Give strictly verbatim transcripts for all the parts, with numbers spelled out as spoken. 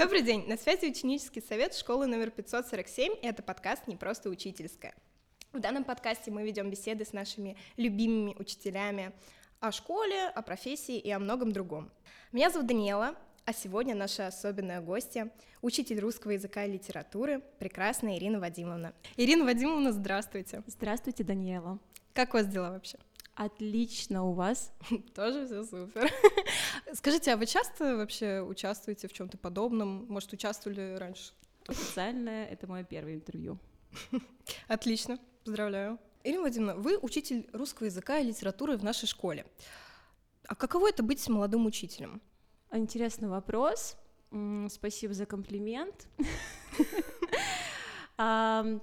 Добрый день, на связи ученический совет школы номер пятьсот сорок семь, и это подкаст «Не просто учительская». В данном подкасте мы ведем беседы с нашими любимыми учителями о школе, о профессии и о многом другом. Меня зовут Даниэла, а сегодня наша особенная гостья, учитель русского языка и литературы, прекрасная Ирина Вадимовна. Ирина Вадимовна, здравствуйте. Здравствуйте, Даниэла. Как у вас дела вообще? Отлично, у вас? Тоже все супер. Скажите, а вы часто вообще участвуете в чем-то подобном? Может, участвовали раньше? Официально это мое первое интервью. Отлично, поздравляю. Ирина Вадимовна, вы учитель русского языка и литературы в нашей школе. А каково это быть молодым учителем? Интересный вопрос. Спасибо за комплимент. На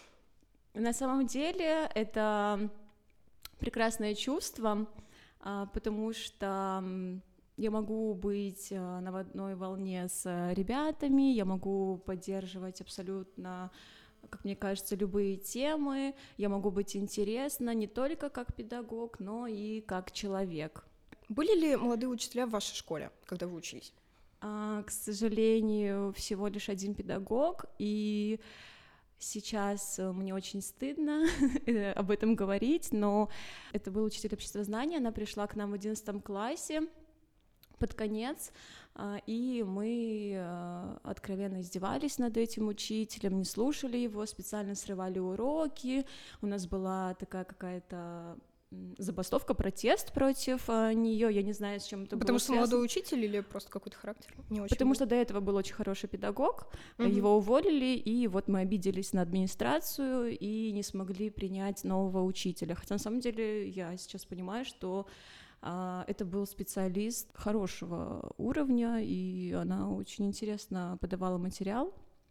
самом деле это прекрасное чувство, потому что я могу быть на одной волне с ребятами, я могу поддерживать абсолютно, как мне кажется, любые темы, я могу быть интересна не только как педагог, но и как человек. Были ли молодые учителя в вашей школе, когда вы учились? А, к сожалению, всего лишь один педагог, и сейчас мне очень стыдно об этом говорить, но это был учитель обществознания, она пришла к нам в одиннадцатом классе под конец, и мы откровенно издевались над этим учителем, не слушали его, специально срывали уроки, у нас была такая какая-то забастовка, протест против нее, я не знаю, с чем это Потому было что связано. молодой учитель или просто какой-то характер? Не очень Потому был. что до этого был очень хороший педагог, Мгм. его уволили, и вот мы обиделись на администрацию и не смогли принять нового учителя. Хотя на самом деле я сейчас понимаю, что а, это был специалист хорошего уровня, и она очень интересно подавала материал,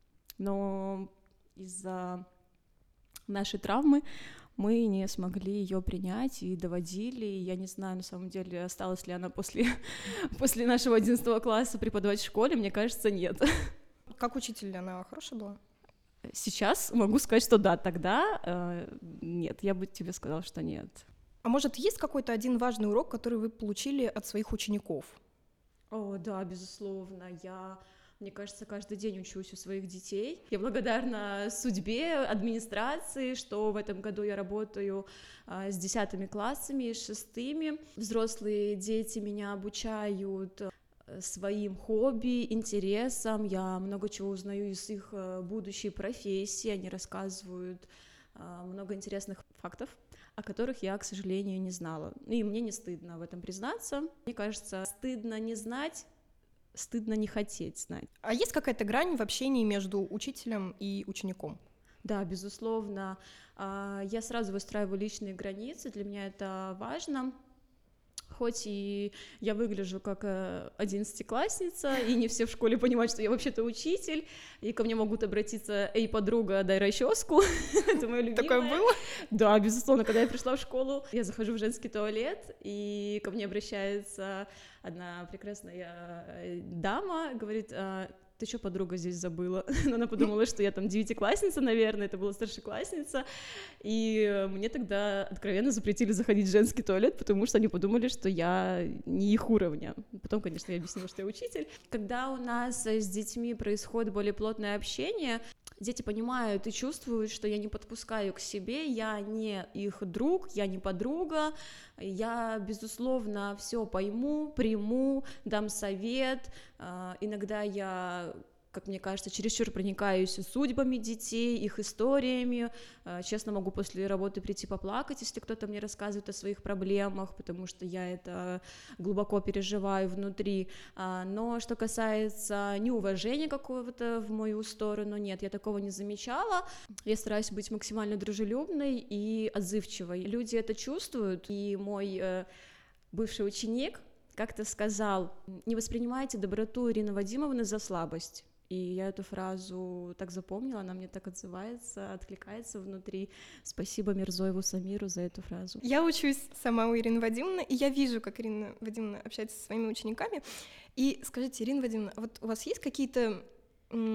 но из-за нашей травмы мы не смогли ее принять и доводили. Я не знаю, на самом деле, осталась ли она после, после нашего одиннадцатого класса преподавать в школе. Мне кажется, нет. Как учитель она хорошая была? Сейчас могу сказать, что да, тогда э, нет, я бы тебе сказала, что нет. А может, есть какой-то один важный урок, который вы получили от своих учеников? О, да, безусловно, я... Мне кажется, каждый день учусь у своих детей. Я благодарна судьбе, администрации, что в этом году я работаю а, с десятыми классами и с шестыми. Взрослые дети меня обучают своим хобби, интересам. Я много чего узнаю из их будущей профессии. Они рассказывают а, много интересных фактов, о которых я, к сожалению, не знала. И мне не стыдно в этом признаться. Мне кажется, стыдно не знать, стыдно не хотеть знать. А есть какая-то грань в общении между учителем и учеником? Да, безусловно. Я сразу выстраиваю личные границы, для меня это важно. Хоть и я выгляжу как одиннадцатиклассница, и не все в школе понимают, что я вообще-то учитель, и ко мне могут обратиться: «Эй, подруга, дай расческу». Это моё любимое. Такое было? Да, безусловно. Когда я пришла в школу, я захожу в женский туалет, и ко мне обращается одна прекрасная дама, говорит: «Ты что, подруга, здесь забыла?» Она подумала, что я там девятиклассница, наверное, это была старшеклассница, и мне тогда откровенно запретили заходить в женский туалет, потому что они подумали, что я не их уровня. Потом, конечно, я объяснила, что я учитель. Когда у нас с детьми происходит более плотное общение, дети понимают и чувствуют, что я не подпускаю к себе, я не их друг, я не подруга, я, безусловно, все пойму, приму, дам совет. Иногда я, как мне кажется, чересчур проникаюсь судьбами детей, их историями. Честно, могу после работы прийти поплакать, если кто-то мне рассказывает о своих проблемах, потому что я это глубоко переживаю внутри. Но что касается неуважения какого-то в мою сторону, нет, я такого не замечала. Я стараюсь быть максимально дружелюбной и отзывчивой. Люди это чувствуют, и мой бывший ученик как-то сказал: «Не воспринимайте доброту Ирины Вадимовны за слабость». И я эту фразу так запомнила, она мне так отзывается, откликается внутри. Спасибо Мирзоеву Самиру за эту фразу. Я учусь сама у Ирины Вадимовны, и я вижу, как Ирина Вадимовна общается со своими учениками. И скажите, Ирина Вадимовна, вот у вас есть какие-то м-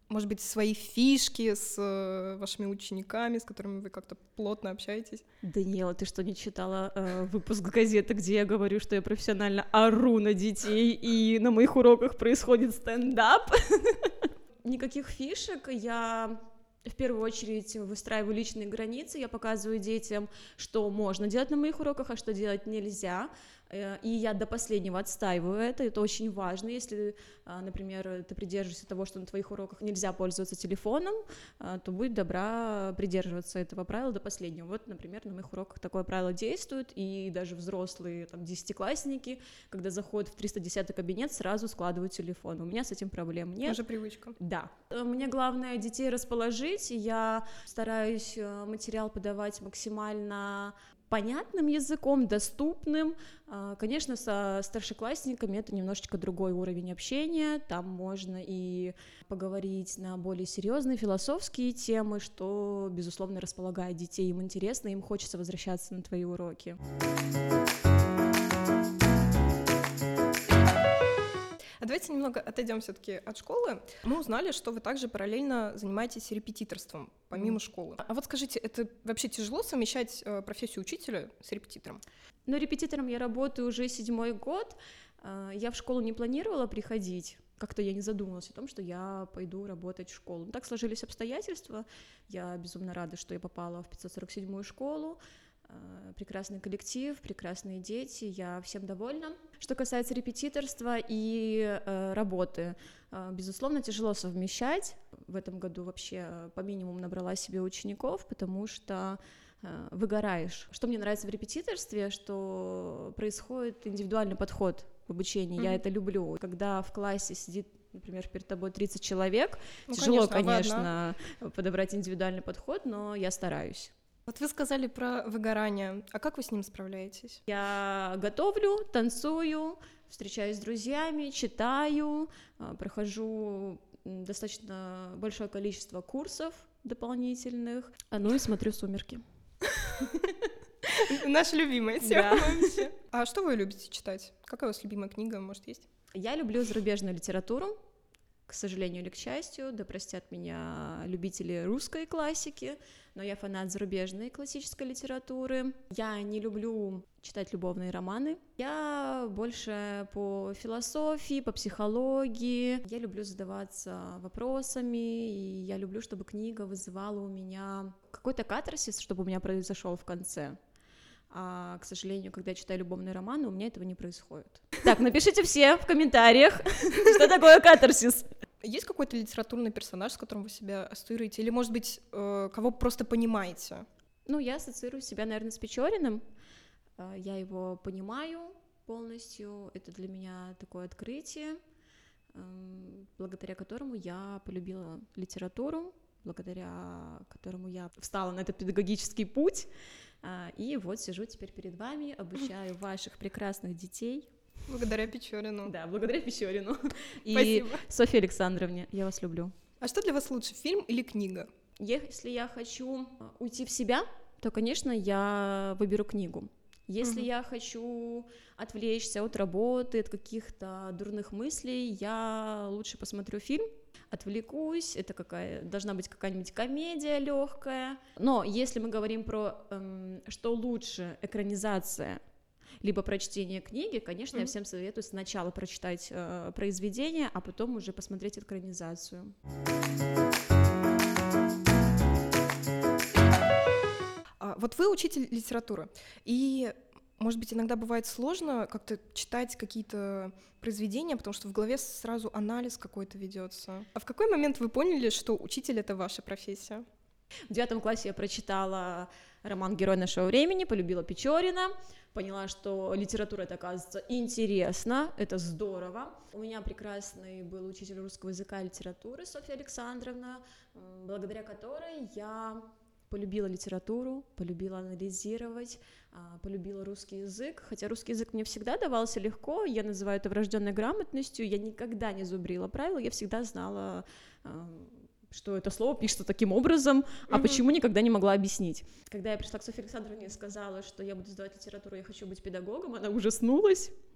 может быть, свои фишки с э, вашими учениками, с которыми вы как-то плотно общаетесь? Даниэла, ты что, не читала э, выпуск газеты, где я говорю, что я профессионально ору на детей, и на моих уроках происходит стендап? Никаких фишек, я в первую очередь выстраиваю личные границы, я показываю детям, что можно делать на моих уроках, а что делать нельзя, и я до последнего отстаиваю это, это очень важно. Если, например, ты придерживаешься того, что на твоих уроках нельзя пользоваться телефоном, то будь добра придерживаться этого правила до последнего. Вот, например, на моих уроках такое правило действует, и даже взрослые там, десятиклассники, когда заходят в триста десятый кабинет, сразу складывают телефон. У меня с этим проблем нет. Уже привычка. Да. Мне главное детей расположить, я стараюсь материал подавать максимально понятным языком, доступным. Конечно, со старшеклассниками это немножечко другой уровень общения, там можно и поговорить на более серьезные философские темы, что, безусловно, располагает детей, им интересно, им хочется возвращаться на твои уроки. А давайте немного отойдем все-таки от школы. Мы узнали, что вы также параллельно занимаетесь репетиторством, помимо mm. школы. А вот скажите, это вообще тяжело совмещать э, профессию учителя с репетитором? Ну, репетитором я работаю уже седьмой год. Я в школу не планировала приходить. Как-то я не задумывалась о том, что я пойду работать в школу. Но так сложились обстоятельства. Я безумно рада, что я попала в пятьсот сорок седьмую школу. Прекрасный коллектив, прекрасные дети, я всем довольна. Что касается репетиторства и э, работы, э, безусловно, тяжело совмещать. В этом году вообще по минимуму набрала себе учеников, потому что э, выгораешь. Что мне нравится в репетиторстве, что происходит индивидуальный подход в обучении, mm-hmm. я это люблю. Когда в классе сидит, например, перед тобой тридцать человек, ну, тяжело, конечно, конечно подобрать индивидуальный подход, но я стараюсь. Вот вы сказали про выгорание, а как вы с ним справляетесь? Я готовлю, танцую, встречаюсь с друзьями, читаю, прохожу достаточно большое количество курсов дополнительных, ну и смотрю «Сумерки». Наша любимая тема вообще. А что вы любите читать? Какая у вас любимая книга, может, есть? Я люблю зарубежную литературу. К сожалению или к счастью, да простят меня любители русской классики, но я фанат зарубежной классической литературы. Я не люблю читать любовные романы. Я больше по философии, по психологии. Я люблю задаваться вопросами, и я люблю, чтобы книга вызывала у меня какой-то катарсис, чтобы у меня произошел в конце. А, к сожалению, когда я читаю любовные романы, у меня этого не происходит. Так, напишите все в комментариях, что такое катарсис. Есть какой-то литературный персонаж, с которым вы себя ассоциируете? Или, может быть, кого просто понимаете? Ну, я ассоциирую себя, наверное, с Печориным. Я его понимаю полностью. Это для меня такое открытие, благодаря которому я полюбила литературу, благодаря которому я встала на этот педагогический путь. И вот сижу теперь перед вами, обучаю ваших прекрасных детей. Благодаря Печорину. Да, благодаря Печорину. И Спасибо. Софье Александровне, я вас люблю. А что для вас лучше, фильм или книга? Если я хочу уйти в себя, то, конечно, я выберу книгу. Если угу. я хочу отвлечься от работы, от каких-то дурных мыслей, я лучше посмотрю фильм, отвлекусь, это какая должна быть какая-нибудь комедия легкая. Но если мы говорим про эм, что лучше, экранизация либо прочтение книги, конечно, mm-hmm. я всем советую сначала прочитать э, произведение, а потом уже посмотреть экранизацию. А, вот вы учитель литературы, и, может быть, иногда бывает сложно как-то читать какие-то произведения, потому что в голове сразу анализ какой-то ведется. А в какой момент вы поняли, что учитель — это ваша профессия? В девятом классе я прочитала роман «Герой нашего времени», полюбила Печорина, поняла, что литература это, оказывается, интересно, это здорово. У меня прекрасный был учитель русского языка и литературы Софья Александровна, благодаря которой я полюбила литературу, полюбила анализировать, полюбила русский язык, хотя русский язык мне всегда давался легко, я называю это врожденной грамотностью, я никогда не зубрила правила, я всегда знала, что это слово пишется таким образом, а mm-hmm. почему никогда не могла объяснить. Когда я пришла к Софье Александровне и сказала, что я буду сдавать литературу, я хочу быть педагогом, она ужаснулась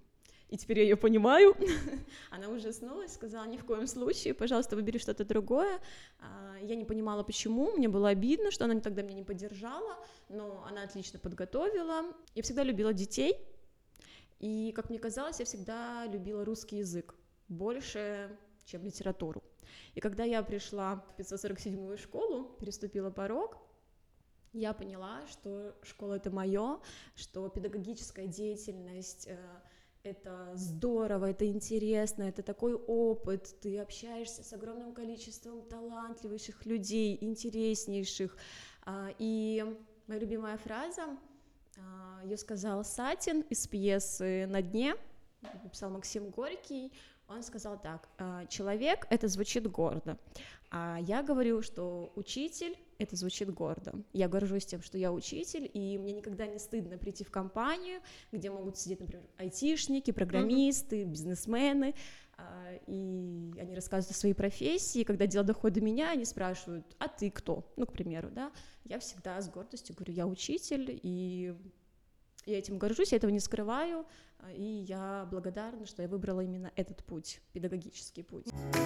и теперь я ее понимаю. Она ужаснулась, сказала: ни в коем случае, пожалуйста, выбери что-то другое. Я не понимала, почему, мне было обидно, что она тогда меня не поддержала, но она отлично подготовила. Я всегда любила детей, и, как мне казалось, я всегда любила русский язык больше, чем литературу. И когда я пришла в пятьсот сорок седьмую школу, переступила порог, я поняла, что школа — это моё, что педагогическая деятельность э, — это здорово, это интересно, это такой опыт, ты общаешься с огромным количеством талантливейших людей, интереснейших. Э, и моя любимая фраза, э, ее сказал Сатин из пьесы «На дне», написал Максим Горький. Он сказал так: человек — это звучит гордо, а я говорю, что учитель — это звучит гордо. Я горжусь тем, что я учитель, и мне никогда не стыдно прийти в компанию, где могут сидеть, например, айтишники, программисты, бизнесмены, и они рассказывают о своей профессии, и когда дело доходит до меня, они спрашивают: а ты кто? Ну, к примеру, да, я всегда с гордостью говорю: я учитель, и я этим горжусь, я этого не скрываю, и я благодарна, что я выбрала именно этот путь, педагогический путь.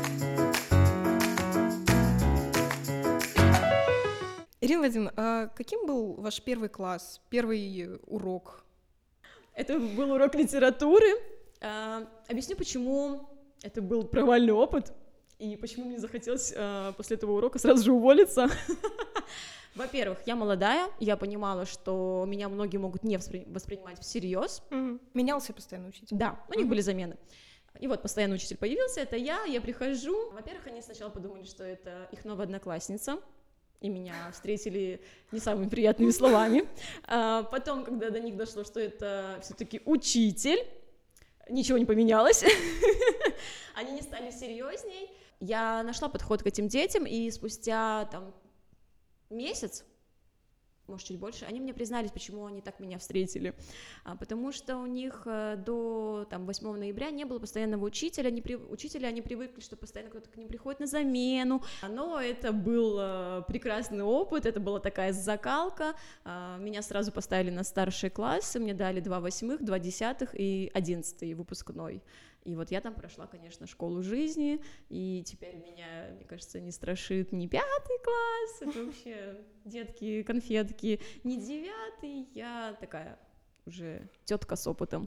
Ирина Вадимовна, а каким был ваш первый класс, первый урок? Это был урок литературы. А, объясню, почему это был провальный опыт, и почему мне захотелось а, после этого урока сразу же уволиться. Во-первых, я молодая, я понимала, что меня многие могут не воспри- воспринимать всерьез. Mm-hmm. Менялся постоянно учитель? Да, у них mm-hmm. были замены. И вот постоянный учитель появился, это я, я прихожу. Во-первых, они сначала подумали, что это их новая одноклассница, и меня встретили не самыми приятными словами. А потом, когда до них дошло, что это все-таки учитель, ничего не поменялось, они не стали серьезней. Я нашла подход к этим детям, и спустя там месяц, может, чуть больше, они мне признались, почему они так меня встретили. А, потому что у них а, до там, восьмого ноября не было постоянного учителя, они, при... учителя, они привыкли, что постоянно кто-то к ним приходит на замену, но это был а, прекрасный опыт, это была такая закалка, а, меня сразу поставили на старшие классы, мне дали два восьмых, два десятых и одиннадцатый выпускной. И вот я там прошла, конечно, школу жизни, и теперь меня, мне кажется, не страшит ни пятый класс, это вообще детки, конфетки, ни девятый, я такая уже тетка с опытом.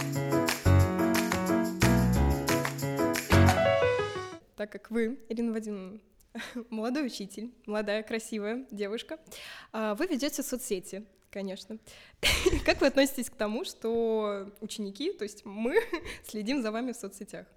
Так как вы, Ирина Вадимовна, молодой учитель, молодая, красивая девушка, вы ведете соцсети, конечно. Как вы относитесь к тому, что ученики, то есть мы, следим за вами в соцсетях?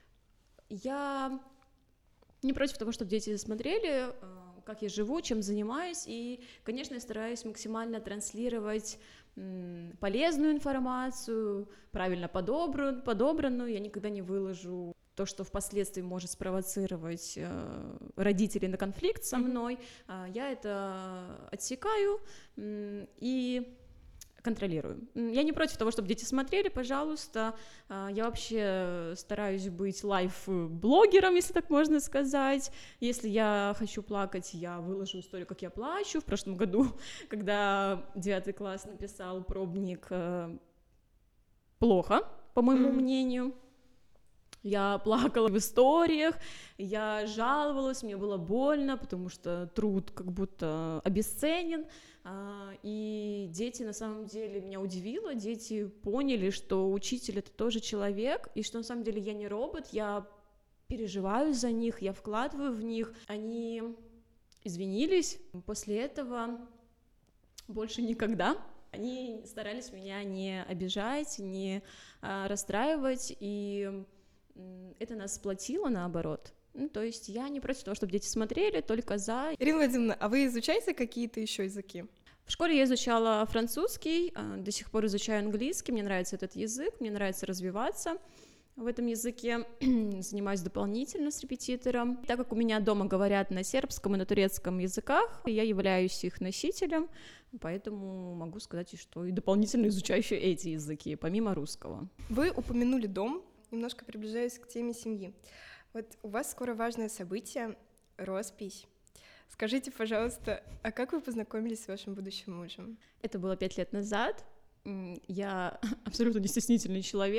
Я не против того, чтобы дети смотрели, как я живу, чем занимаюсь, и, конечно, я стараюсь максимально транслировать полезную информацию, правильно подобранную, подобранную. Я никогда не выложу то, что впоследствии может спровоцировать э, родителей на конфликт со мной, э, я это отсекаю э, и контролирую. Я не против того, чтобы дети смотрели, пожалуйста. Э, я вообще стараюсь быть лайф-блогером, если так можно сказать. Если я хочу плакать, я выложу историю, как я плачу. В прошлом году, когда девятый класс написал пробник э, плохо, по моему mm-hmm. мнению, я плакала в историях, я жаловалась, мне было больно, потому что труд как будто обесценен, и дети, на самом деле, меня удивило, дети поняли, что учитель — это тоже человек, и что на самом деле я не робот, я переживаю за них, я вкладываю в них. Они извинились, после этого больше никогда. Они старались меня не обижать, не расстраивать, и это нас сплотило, наоборот. Ну, то есть я не против того, чтобы дети смотрели, только за. Ирина Владимировна, а вы изучаете какие-то еще языки? В школе я изучала французский, до сих пор изучаю английский, мне нравится этот язык, мне нравится развиваться в этом языке, занимаюсь дополнительно с репетитором. Так как у меня дома говорят на сербском и на турецком языках, я являюсь их носителем, поэтому могу сказать, что и дополнительно изучаю еще эти языки, помимо русского. Вы упомянули дом. Немножко приближаюсь к теме семьи. Вот у вас скоро важное событие — роспись. Скажите, пожалуйста, а как вы познакомились с вашим будущим мужем? Это было пять лет назад. Я абсолютно не стеснительный человек.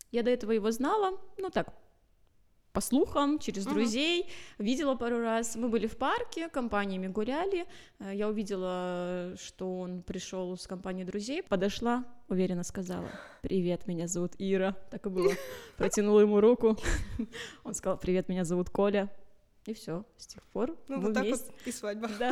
Я до этого его знала, ну так, по слухам, через Мгм. друзей, видела пару раз. Мы были в парке, компаниями гуляли, э, я увидела, что он пришел с компанией друзей, подошла, уверенно сказала: «Привет, меня зовут Ира», так и было, протянула ему руку, он сказал: «Привет, меня зовут Коля», и все, с тех пор Ну, мы вот так вместе. вот и свадьба. Да.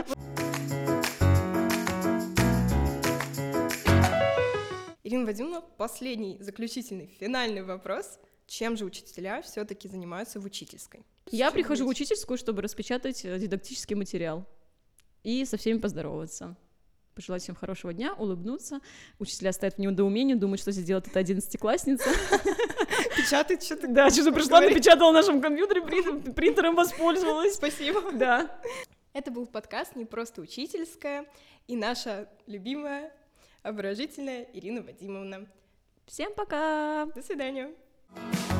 Ирина Вадимовна, последний, заключительный, финальный вопрос. Чем же учителя все-таки занимаются в учительской? Я Чем прихожу в быть? учительскую, чтобы распечатать э, дидактический материал и со всеми поздороваться. Пожелать всем хорошего дня, улыбнуться. Учителя стоят в недоумении, думают, что здесь делает эта одиннадцатиклассница. Печатать что-то. Да, что-то пришла, говорит. напечатала на нашем компьютере, прин- принтером воспользовалась. Спасибо. Да. Это был подкаст «Не просто учительская» и наша любимая, обворожительная Ирина Вадимовна. Всем пока! До свидания.